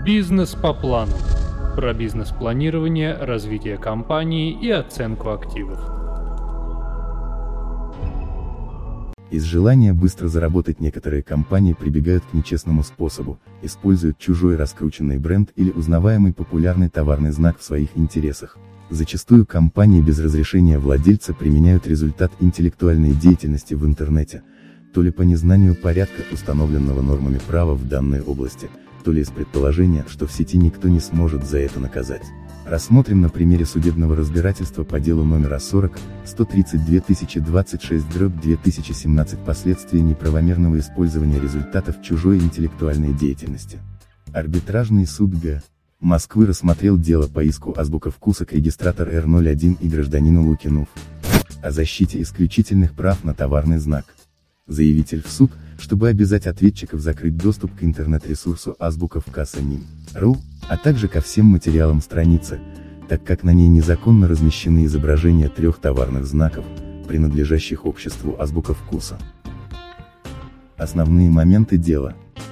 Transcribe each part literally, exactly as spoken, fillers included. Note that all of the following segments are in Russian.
Бизнес по плану. Про бизнес-планирование, развитие компании и оценку активов. Из желания быстро заработать некоторые компании прибегают к нечестному способу, используют чужой раскрученный бренд или узнаваемый популярный товарный знак в своих интересах. Зачастую компании без разрешения владельца применяют результат интеллектуальной деятельности в интернете, то ли по незнанию порядка, установленного нормами права в данной области, то ли из предположения, что в сети никто не сможет за это наказать. Рассмотрим на примере судебного разбирательства по делу номер А сорок сто тридцать две тысячи двадцать шесть дробь две тысячи семнадцать последствия неправомерного использования результатов чужой интеллектуальной деятельности. Арбитражный суд Г. Москвы рассмотрел дело по иску Азбука Вкуса к регистратор Р ноль один и гражданину Лукину о защите исключительных прав на товарный знак. Заявитель в суд, чтобы обязать ответчиков закрыть доступ к интернет-ресурсу Азбука Вкуса точка ру, а также ко всем материалам страницы, так как на ней незаконно размещены изображения трех товарных знаков, принадлежащих обществу Азбука Вкуса. Основные моменты дела.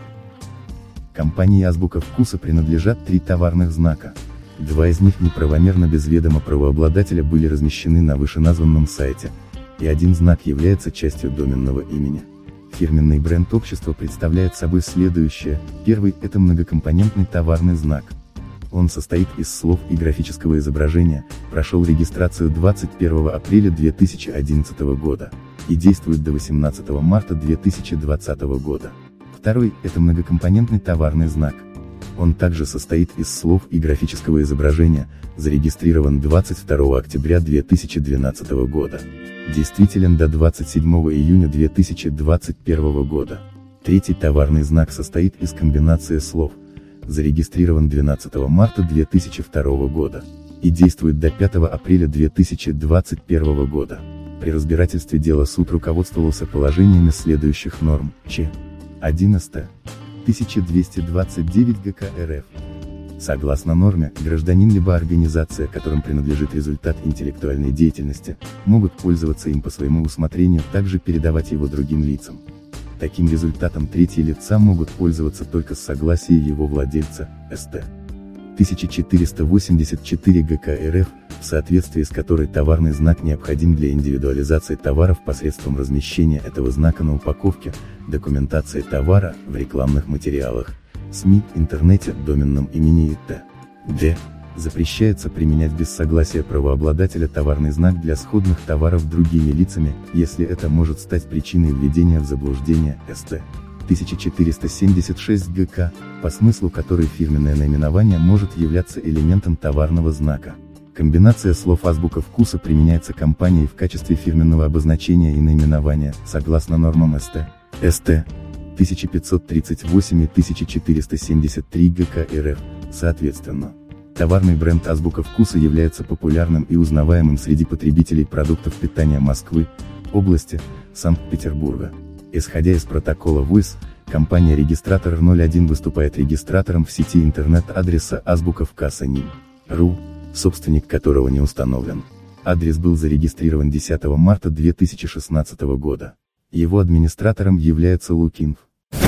Компании Азбука Вкуса принадлежат три товарных знака. Два из них неправомерно без ведома правообладателя были размещены на вышеназванном сайте, и один знак является частью доменного имени. Фирменный бренд общества представляет собой следующее. Первый – это многокомпонентный товарный знак. Он состоит из слов и графического изображения, прошел регистрацию двадцать первого апреля две тысячи одиннадцатого года и действует до восемнадцатого марта две тысячи двадцатого года. Второй – это многокомпонентный товарный знак. Он также состоит из слов и графического изображения, зарегистрирован двадцать второго октября две тысячи двенадцатого года. Действителен до двадцать седьмого июня две тысячи двадцать первого года. Третий товарный знак состоит из комбинации слов, зарегистрирован двенадцатого марта две тысячи второго года и действует до пятого апреля две тысячи двадцать первого года. При разбирательстве дела суд руководствовался положениями следующих норм: Ч. одиннадцать тысяча двести двадцать девять ГК РФ. Согласно норме, гражданин либо организация, которым принадлежит результат интеллектуальной деятельности, могут пользоваться им по своему усмотрению, также передавать его другим лицам. Таким результатом третьи лица могут пользоваться только с согласия его владельца, ст. тысяча четыреста восемьдесят четыре ГК РФ, в соответствии с которой товарный знак необходим для индивидуализации товаров посредством размещения этого знака на упаковке, документации товара, в рекламных материалах, СМИ, интернете, доменном имени и т.д. Запрещается применять без согласия правообладателя товарный знак для сходных товаров другими лицами, если это может стать причиной введения в заблуждение, ст. тысяча четыреста семьдесят шесть ГК, по смыслу которой фирменное наименование может являться элементом товарного знака. Комбинация слов Азбука Вкуса применяется компанией в качестве фирменного обозначения и наименования, согласно нормам ст. ст. тысяча пятьсот тридцать восемь и тысяча четыреста семьдесят три ГК РФ, соответственно. Товарный бренд Азбука Вкуса является популярным и узнаваемым среди потребителей продуктов питания Москвы, области, Санкт-Петербурга. Исходя из протокола ВОИС, компания-регистратор Р ноль один выступает регистратором в сети интернет-адреса Азбука Вкуса точка ру, собственник которого не установлен. Адрес был зарегистрирован десятого марта две тысячи шестнадцатого года. Его администратором является Лукин,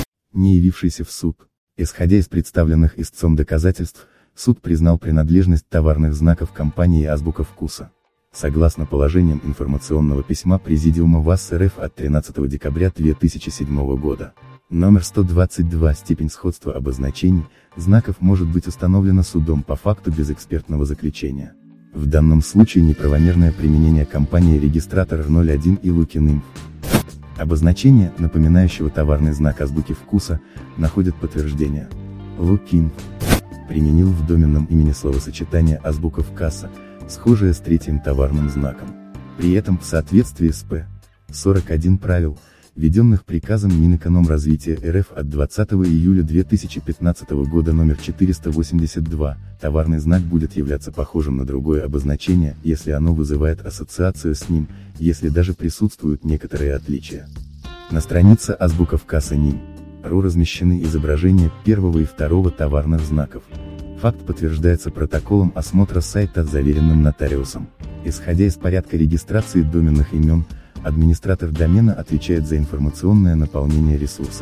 не явившийся в суд. Исходя из представленных истцом доказательств, суд признал принадлежность товарных знаков компании Азбука Вкуса. Согласно положениям информационного письма Президиума ВАС РФ от тринадцатого декабря две тысячи седьмого года, номер сто двадцать два, степень сходства обозначений, знаков может быть установлена судом по факту без экспертного заключения. В данном случае неправомерное применение компании-регистратор Р ноль один и Лукин. Обозначение, напоминающего товарный знак Азбуки Вкуса, находит подтверждение. Лукин применил в доменном имени словосочетание Азбука Вкуса, схожее с третьим товарным знаком. При этом в соответствии с П. сорок один правил, введенных приказом Минэкономразвития РФ от двадцатого июля две тысячи пятнадцатого года номер четыреста восемьдесят два, товарный знак будет являться похожим на другое обозначение, если оно вызывает ассоциацию с ним, если даже присутствуют некоторые отличия. На странице Азбука Вкуса точка ру размещены изображения первого и второго товарных знаков. Факт подтверждается протоколом осмотра сайта, заверенным нотариусом. Исходя из порядка регистрации доменных имен, администратор домена отвечает за информационное наполнение ресурса.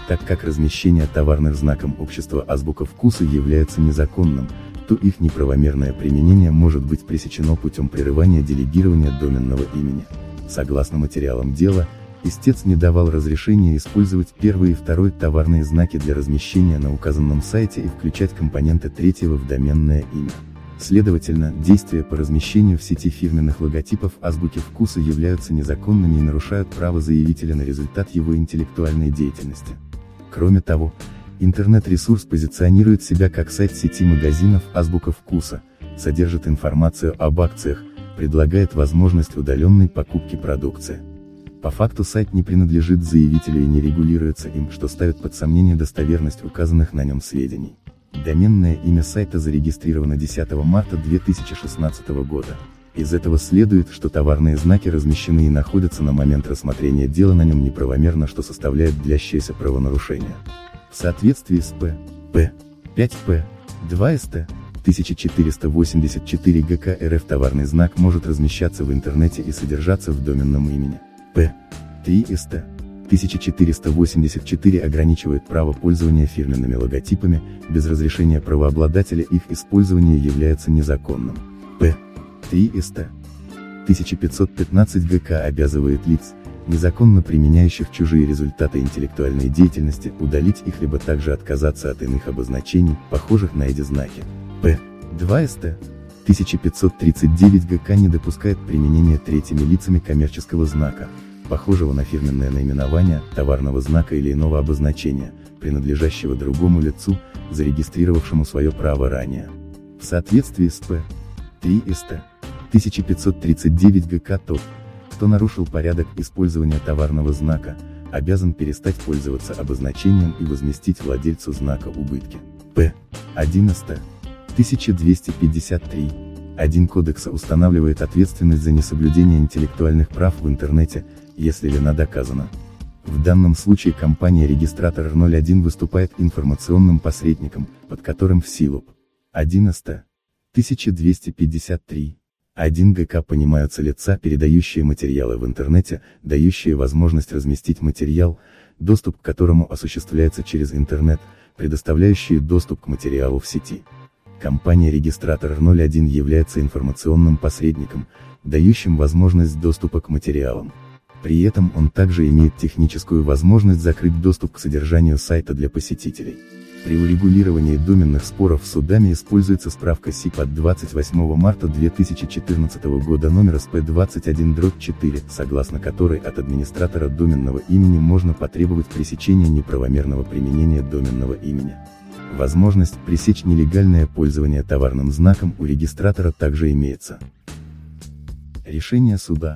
Так как размещение товарных знаком общества Азбука Вкуса является незаконным, то их неправомерное применение может быть пресечено путем прерывания делегирования доменного имени. Согласно материалам дела, истец не давал разрешения использовать первый и второй товарные знаки для размещения на указанном сайте и включать компоненты третьего в доменное имя. Следовательно, действия по размещению в сети фирменных логотипов Азбуки Вкуса являются незаконными и нарушают право заявителя на результат его интеллектуальной деятельности. Кроме того, интернет-ресурс позиционирует себя как сайт сети магазинов Азбука Вкуса, содержит информацию об акциях, предлагает возможность удаленной покупки продукции. По факту сайт не принадлежит заявителю и не регулируется им, что ставит под сомнение достоверность указанных на нем сведений. Доменное имя сайта зарегистрировано десятого марта две тысячи шестнадцатого года. Из этого следует, что товарные знаки размещены и находятся на момент рассмотрения дела на нем неправомерно, что составляет длящееся правонарушение. В соответствии с П. П. пять П. два эс тэ тысяча четыреста восемьдесят четыре гэ ка эр эф товарный знак может размещаться в интернете и содержаться в доменном имени. П. три эс тэ тысяча четыреста восемьдесят четыре ограничивает право пользования фирменными логотипами, без разрешения правообладателя их использование является незаконным. П. три эс тэ тысяча пятьсот пятнадцать гэ ка обязывает лиц, незаконно применяющих чужие результаты интеллектуальной деятельности, удалить их либо также отказаться от иных обозначений, похожих на эти знаки. П. два эс тэ тысяча пятьсот тридцать девять гэ ка не допускает применения третьими лицами коммерческого знака, похожего на фирменное наименование, товарного знака или иного обозначения, принадлежащего другому лицу, зарегистрировавшему свое право ранее. В соответствии с П. три эс тэ тысяча пятьсот тридцать девять гэ ка тот, кто нарушил порядок использования товарного знака, обязан перестать пользоваться обозначением и возместить владельцу знака убытки. П. один эс тэ тысяча двести пятьдесят три один Кодекса устанавливает ответственность за несоблюдение интеллектуальных прав в интернете, если вина доказана. В данном случае компания-регистратор эр ноль один выступает информационным посредником, под которым в силу П. один эс тэ тысяча двести пятьдесят три один гэ ка понимаются лица, передающие материалы в интернете, дающие возможность разместить материал, доступ к которому осуществляется через интернет, предоставляющие доступ к материалу в сети. Компания-регистратор эр ноль один является информационным посредником, дающим возможность доступа к материалам. При этом он также имеет техническую возможность закрыть доступ к содержанию сайта для посетителей. При урегулировании доменных споров судами используется справка эс и пэ от двадцать восьмого марта две тысячи четырнадцатого года номер эс пэ двадцать один дробь четыре, согласно которой от администратора доменного имени можно потребовать пресечения неправомерного применения доменного имени. Возможность пресечь нелегальное пользование товарным знаком у регистратора также имеется. Решение суда.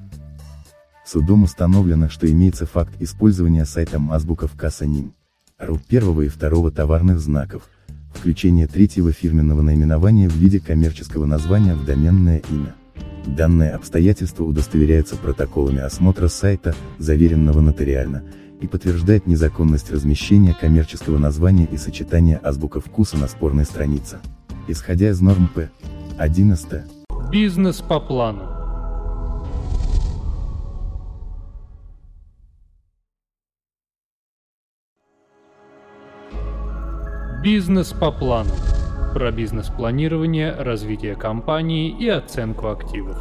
Судом установлено, что имеется факт использования сайтом Азбука Вкуса ним точка ру первого и второго товарных знаков, включение третьего фирменного наименования в виде коммерческого названия в доменное имя. Данное обстоятельство удостоверяется протоколами осмотра сайта, заверенного нотариально, и подтверждает незаконность размещения коммерческого названия и сочетания Азбука Вкуса на спорной странице. Исходя из норм П. один эс тэ. Бизнес по плану. Бизнес по плану. Про бизнес-планирование, развитие компании и оценку активов.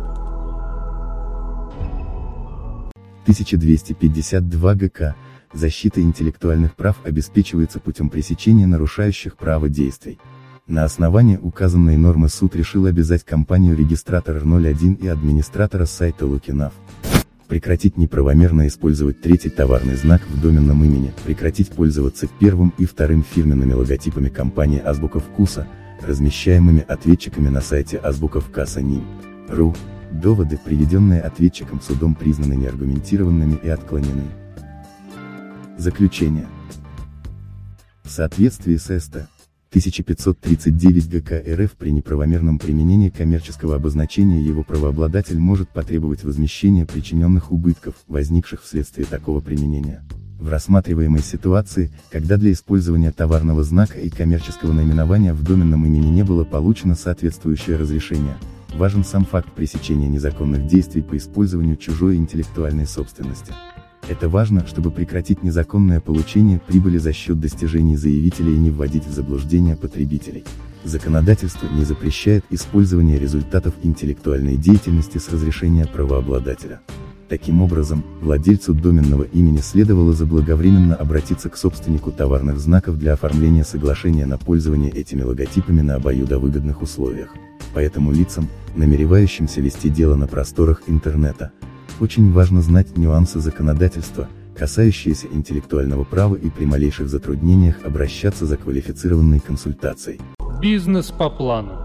тысяча двести пятьдесят два гэ ка. Защита интеллектуальных прав обеспечивается путем пресечения нарушающих право действий. На основании указанной нормы суд решил обязать компанию-регистратор эр ноль один и администратора сайта Лукинав прекратить неправомерно использовать третий товарный знак в доменном имени, прекратить пользоваться первым и вторым фирменными логотипами компании Азбука Вкуса, размещаемыми ответчиками на сайте Азбука Вкуса ним точка ру. Доводы, приведенные ответчиком судом, признаны неаргументированными и отклонены. Заключение. В соответствии с эс тэ тысяча пятьсот тридцать девять гэ ка эр эф при неправомерном применении коммерческого обозначения его правообладатель может потребовать возмещения причиненных убытков, возникших вследствие такого применения. В рассматриваемой ситуации, когда для использования товарного знака и коммерческого наименования в доменном имени не было получено соответствующее разрешение, важен сам факт пресечения незаконных действий по использованию чужой интеллектуальной собственности. Это важно, чтобы прекратить незаконное получение прибыли за счет достижений заявителя и не вводить в заблуждение потребителей. Законодательство не запрещает использование результатов интеллектуальной деятельности с разрешения правообладателя. Таким образом, владельцу доменного имени следовало заблаговременно обратиться к собственнику товарных знаков для оформления соглашения на пользование этими логотипами на обоюдовыгодных условиях. Поэтому лицам, намеревающимся вести дело на просторах интернета, очень важно знать нюансы законодательства, касающиеся интеллектуального права, и при малейших затруднениях обращаться за квалифицированной консультацией. Бизнес по плану.